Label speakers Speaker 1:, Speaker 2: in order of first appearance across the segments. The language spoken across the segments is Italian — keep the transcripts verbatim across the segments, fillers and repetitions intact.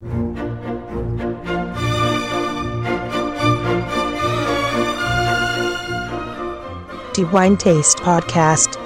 Speaker 1: The Wine Taste Podcast.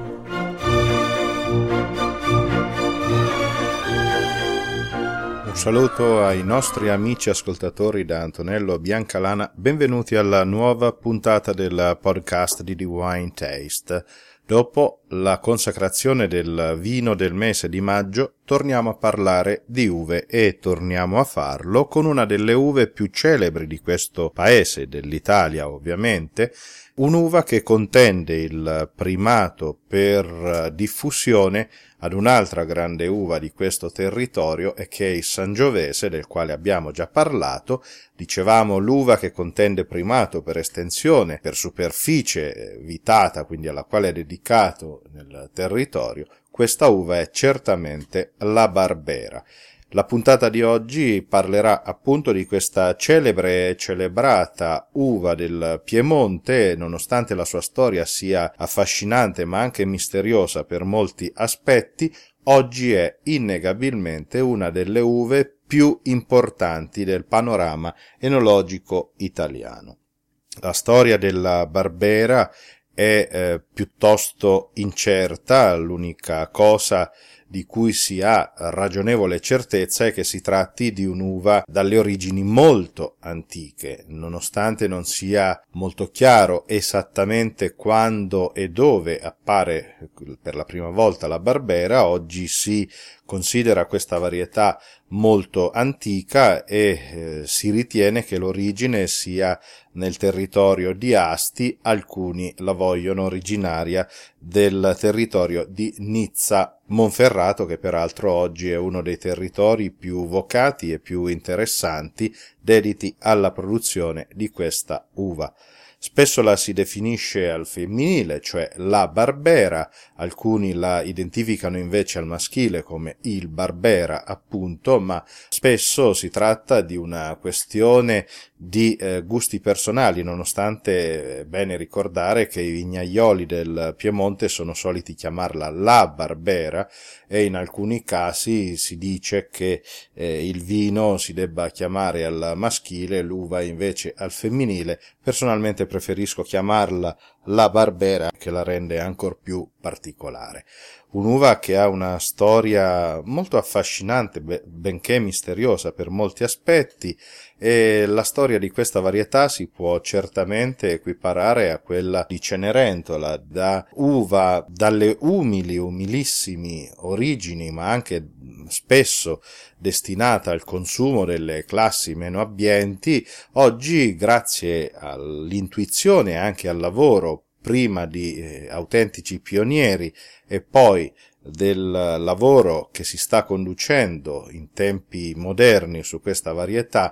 Speaker 2: Un saluto ai nostri amici ascoltatori da Antonello Biancalana, benvenuti alla nuova puntata del podcast di The Wine Taste. Dopo la consacrazione del vino del mese di maggio, torniamo a parlare di uve e torniamo a farlo con una delle uve più celebri di questo paese, dell'Italia ovviamente, un'uva che contende il primato per diffusione ad un'altra grande uva di questo territorio e che è il Sangiovese, del quale abbiamo già parlato. Dicevamo l'uva che contende primato per estensione, per superficie vitata, quindi alla quale è dedicato nel territorio. Questa uva è certamente la Barbera. La puntata di oggi parlerà appunto di questa celebre e celebrata uva del Piemonte, nonostante la sua storia sia affascinante ma anche misteriosa per molti aspetti. Oggi è innegabilmente una delle uve più importanti del panorama enologico italiano. La storia della Barbera è eh, piuttosto incerta. L'unica cosa di cui si ha ragionevole certezza è che si tratti di un'uva dalle origini molto antiche, nonostante non sia molto chiaro esattamente quando e dove appare per la prima volta la Barbera. Oggi si considera questa varietà molto antica e eh, si ritiene che l'origine sia nel territorio di Asti. Alcuni la vogliono originaria del territorio di Nizza Monferrato, che peraltro oggi è uno dei territori più vocati e più interessanti dediti alla produzione di questa uva. Spesso la si definisce al femminile, cioè la Barbera, alcuni la identificano invece al maschile come il Barbera appunto, ma spesso si tratta di una questione di eh, gusti personali, nonostante è bene ricordare che i vignaioli del Piemonte sono soliti chiamarla la Barbera e in alcuni casi si dice che eh, il vino si debba chiamare al maschile, l'uva invece al femminile. Personalmente preferisco chiamarla la Barbera, che la rende ancor più particolare. Un'uva che ha una storia molto affascinante, benché misteriosa per molti aspetti, e la storia di questa varietà si può certamente equiparare a quella di Cenerentola, da uva dalle umili, umilissimi origini, ma anche spesso destinata al consumo delle classi meno abbienti. Oggi, grazie all'intuizione e anche al lavoro prima di eh, autentici pionieri e poi del lavoro che si sta conducendo in tempi moderni su questa varietà,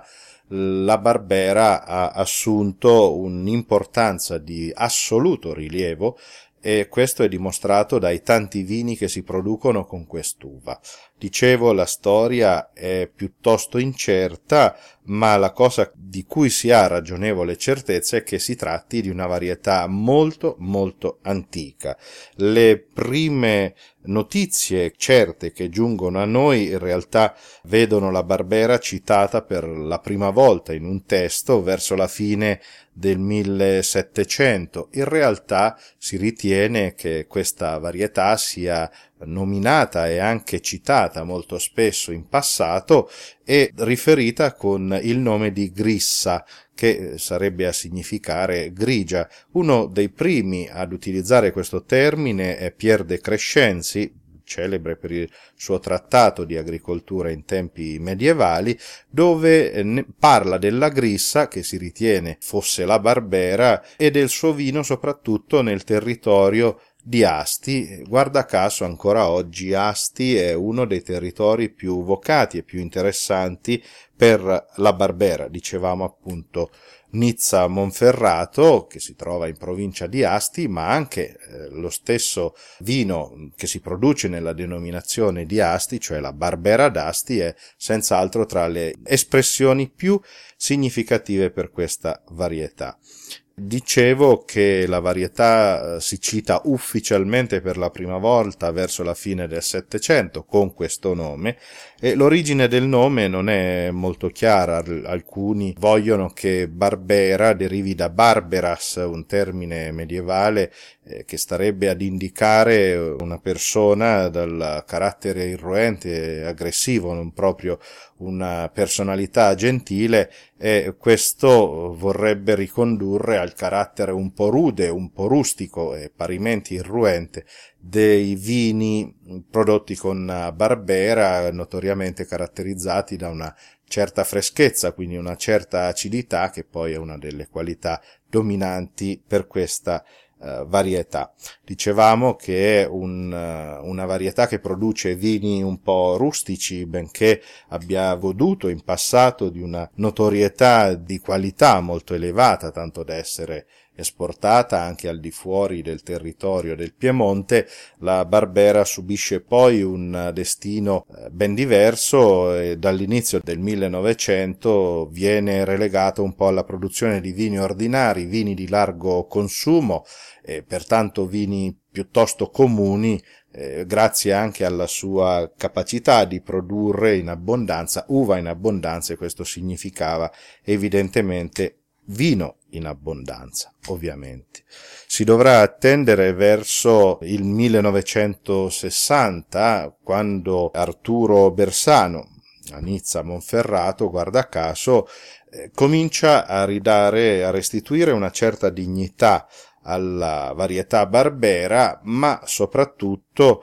Speaker 2: la Barbera ha assunto un'importanza di assoluto rilievo e questo è dimostrato dai tanti vini che si producono con quest'uva. Dicevo, la storia è piuttosto incerta, ma la cosa di cui si ha ragionevole certezza è che si tratti di una varietà molto molto antica. Le prime notizie certe che giungono a noi in realtà vedono la Barbera citata per la prima volta in un testo verso la fine del millesettecento. In realtà si ritiene che questa varietà sia nominata e anche citata molto spesso in passato e riferita con il nome di Grissa, che sarebbe a significare grigia. Uno dei primi ad utilizzare questo termine è Pierre de Crescenzi, celebre per il suo trattato di agricoltura in tempi medievali, dove parla della Grissa, che si ritiene fosse la Barbera, e del suo vino soprattutto nel territorio di Asti. Guarda caso ancora oggi Asti è uno dei territori più vocati e più interessanti Per la Barbera dicevamo appunto Nizza Monferrato, che si trova in provincia di Asti, ma anche eh, lo stesso vino che si produce nella denominazione di Asti, cioè la Barbera d'Asti, è senz'altro tra le espressioni più significative per questa varietà. Dicevo che la varietà eh, si cita ufficialmente per la prima volta verso la fine del Settecento con questo nome, e l'origine del nome non è molto chiara. Alcuni vogliono che Barbera derivi da barberas, un termine medievale eh, che starebbe ad indicare una persona dal carattere irruente e aggressivo, non proprio una personalità gentile, e questo vorrebbe ricondurre al carattere un po' rude, un po' rustico e parimenti irruente dei vini prodotti con Barbera, notoriamente caratterizzati da una certa freschezza, quindi una certa acidità, che poi è una delle qualità dominanti per questa Uh, varietà. Dicevamo che è un, uh, una varietà che produce vini un po' rustici, benché abbia goduto in passato di una notorietà di qualità molto elevata, tanto da essere esportata anche al di fuori del territorio del Piemonte. La Barbera subisce poi un destino ben diverso e dall'inizio del millenovecento viene relegata un po' alla produzione di vini ordinari, vini di largo consumo e pertanto vini piuttosto comuni, eh, grazie anche alla sua capacità di produrre in abbondanza, uva in abbondanza, e questo significava evidentemente vino in abbondanza, ovviamente. Si dovrà attendere verso il millenovecentosessanta, quando Arturo Bersano, a Nizza Monferrato, guarda caso, eh, comincia a ridare, a restituire una certa dignità alla varietà Barbera, ma soprattutto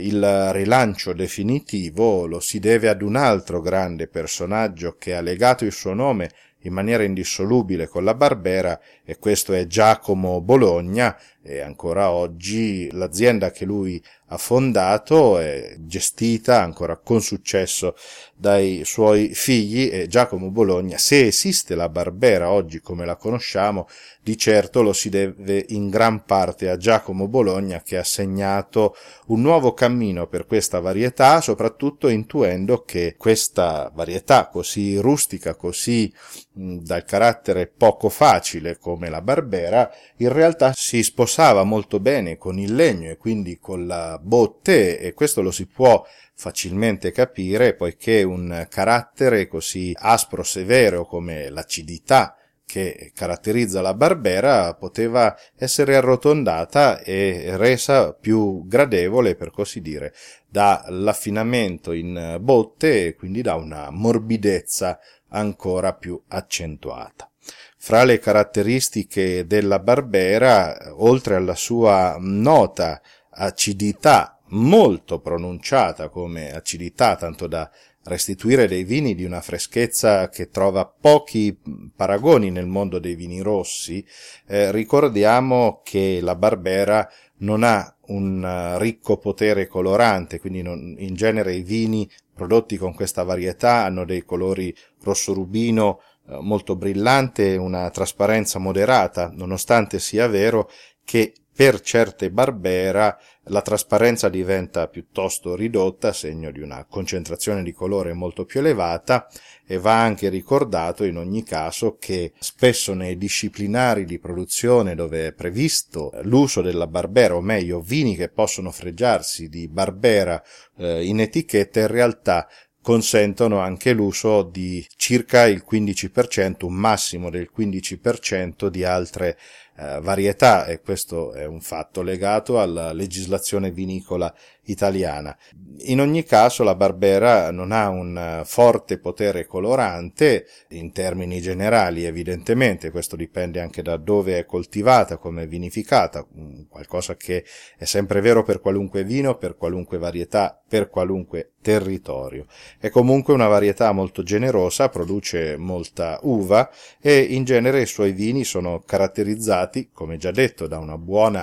Speaker 2: il rilancio definitivo lo si deve ad un altro grande personaggio che ha legato il suo nome in maniera indissolubile con la Barbera, e questo è Giacomo Bologna, e ancora oggi l'azienda che lui ha fondato è gestita ancora con successo dai suoi figli, e Giacomo Bologna, se esiste la Barbera oggi come la conosciamo, di certo lo si deve in gran parte a Giacomo Bologna, che ha segnato un nuovo cammino per questa varietà, soprattutto intuendo che questa varietà così rustica, così mh, dal carattere poco facile come la Barbera, in realtà si sposava molto bene con il legno e quindi con la botte, e questo lo si può facilmente capire, poiché un carattere così aspro, severo come l'acidità che caratterizza la Barbera poteva essere arrotondata e resa più gradevole, per così dire, dall'affinamento in botte e quindi da una morbidezza ancora più accentuata. Fra le caratteristiche della Barbera, oltre alla sua nota acidità molto pronunciata come acidità, tanto da restituire dei vini di una freschezza che trova pochi paragoni nel mondo dei vini rossi, eh, ricordiamo che la Barbera non ha un ricco potere colorante, quindi non, in genere i vini prodotti con questa varietà hanno dei colori rosso rubino eh, molto brillante e una trasparenza moderata, nonostante sia vero che per certe Barbera la trasparenza diventa piuttosto ridotta, segno di una concentrazione di colore molto più elevata, e va anche ricordato in ogni caso che spesso nei disciplinari di produzione dove è previsto l'uso della Barbera, o meglio vini che possono fregiarsi di Barbera eh, in etichetta, in realtà consentono anche l'uso di circa il quindici per cento, un massimo del quindici per cento di altre eh, varietà, e questo è un fatto legato alla legislazione vinicola italiana. In ogni caso la Barbera non ha un forte potere colorante in termini generali, evidentemente, questo dipende anche da dove è coltivata, come è vinificata, qualcosa che è sempre vero per qualunque vino, per qualunque varietà, per qualunque territorio. È comunque una varietà molto generosa, produce molta uva e in genere i suoi vini sono caratterizzati, come già detto, da una buona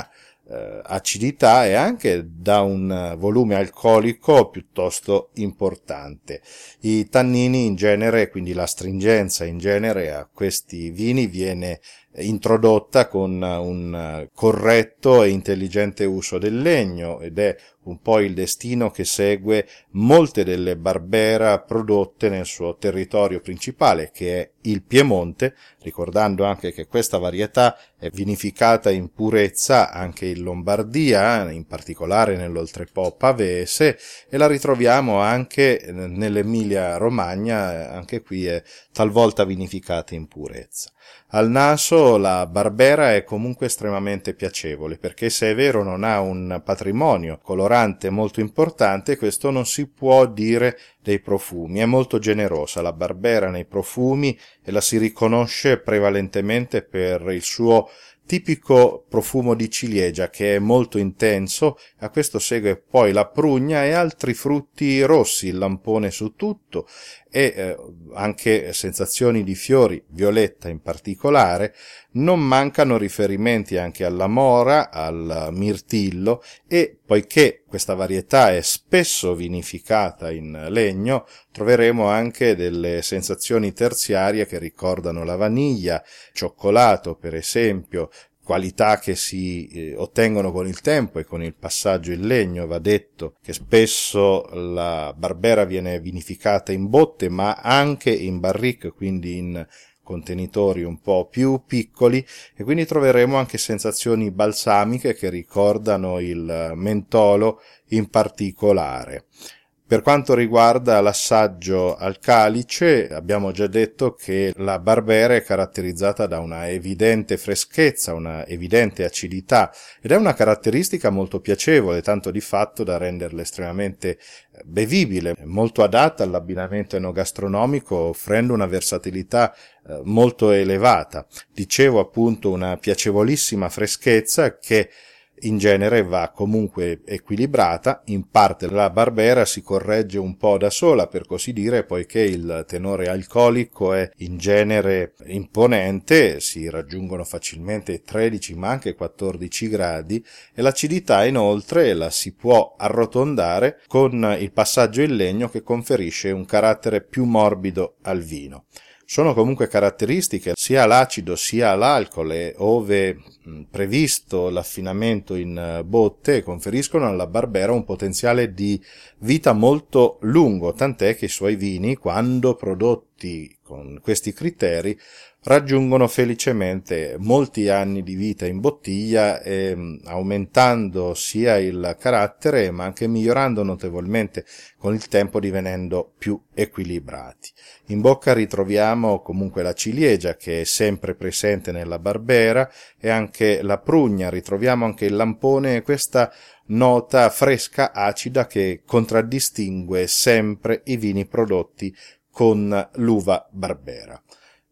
Speaker 2: eh, acidità e anche da un volume alcolico piuttosto importante. I tannini in genere, quindi l'astringenza in genere a questi vini viene introdotta con un corretto e intelligente uso del legno ed è un po' il destino che segue molte delle Barbera prodotte nel suo territorio principale, che è il Piemonte, ricordando anche che questa varietà è vinificata in purezza anche in Lombardia, in particolare nell'Oltrepo pavese, e la ritroviamo anche nell'Emilia Romagna, anche qui è talvolta vinificata in purezza. Al naso la Barbera è comunque estremamente piacevole, perché se è vero non ha un patrimonio colorante molto importante, questo non si può dire dei profumi. È molto generosa la Barbera nei profumi e la si riconosce prevalentemente per il suo tipico profumo di ciliegia, che è molto intenso. A questo segue poi la prugna e altri frutti rossi, il lampone su tutto, e eh, anche sensazioni di fiori, violetta in particolare. Non mancano riferimenti anche alla mora, al mirtillo, e poiché questa varietà è spesso vinificata in legno, troveremo anche delle sensazioni terziarie che ricordano la vaniglia, cioccolato per esempio, qualità che si eh, ottengono con il tempo e con il passaggio in legno. Va detto che spesso la Barbera viene vinificata in botte, ma anche in barrique, quindi in contenitori un po' più piccoli, e quindi troveremo anche sensazioni balsamiche che ricordano il mentolo in particolare. Per quanto riguarda l'assaggio al calice, abbiamo già detto che la Barbera è caratterizzata da una evidente freschezza, una evidente acidità, ed è una caratteristica molto piacevole, tanto di fatto da renderla estremamente bevibile, molto adatta all'abbinamento enogastronomico, offrendo una versatilità eh, molto elevata. Dicevo appunto una piacevolissima freschezza che in genere va comunque equilibrata. In parte la Barbera si corregge un po' da sola, per così dire, poiché il tenore alcolico è in genere imponente, si raggiungono facilmente tredici ma anche quattordici gradi, e l'acidità inoltre la si può arrotondare con il passaggio in legno, che conferisce un carattere più morbido al vino. Sono comunque caratteristiche sia l'acido sia l'alcol, e ove mh, previsto l'affinamento in botte, conferiscono alla Barbera un potenziale di vita molto lungo, tant'è che i suoi vini, quando prodotti con questi criteri, raggiungono felicemente molti anni di vita in bottiglia, e, aumentando sia il carattere ma anche migliorando notevolmente con il tempo, divenendo più equilibrati. In bocca ritroviamo comunque la ciliegia, che è sempre presente nella Barbera, e anche la prugna, ritroviamo anche il lampone e questa nota fresca acida che contraddistingue sempre i vini prodotti con l'uva Barbera.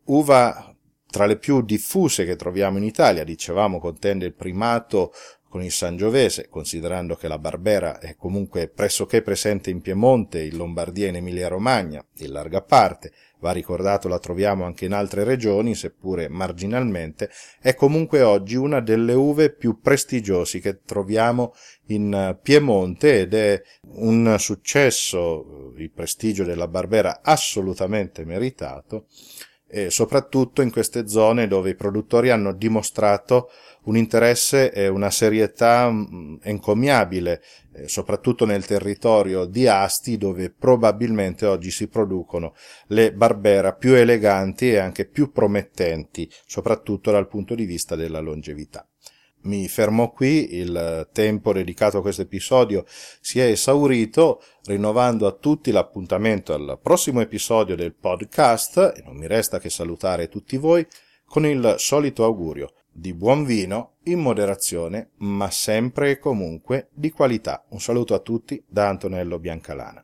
Speaker 2: Uva tra le più diffuse che troviamo in Italia, dicevamo contende il primato con il Sangiovese, considerando che la Barbera è comunque pressoché presente in Piemonte, in Lombardia e in Emilia Romagna, in larga parte. Va ricordato, la troviamo anche in altre regioni, seppure marginalmente. È comunque oggi una delle uve più prestigiosi che troviamo in Piemonte, ed è un successo, il prestigio della Barbera, assolutamente meritato, e soprattutto in queste zone dove i produttori hanno dimostrato un interesse e una serietà encomiabile, soprattutto nel territorio di Asti, dove probabilmente oggi si producono le Barbera più eleganti e anche più promettenti, soprattutto dal punto di vista della longevità. Mi fermo qui, il tempo dedicato a questo episodio si è esaurito, rinnovando a tutti l'appuntamento al prossimo episodio del podcast, e non mi resta che salutare tutti voi con il solito augurio di buon vino, in moderazione, ma sempre e comunque di qualità. Un saluto a tutti da Antonello Biancalana.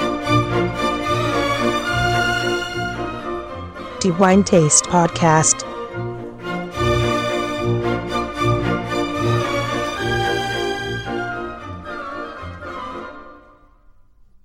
Speaker 1: The Wine Taste Podcast.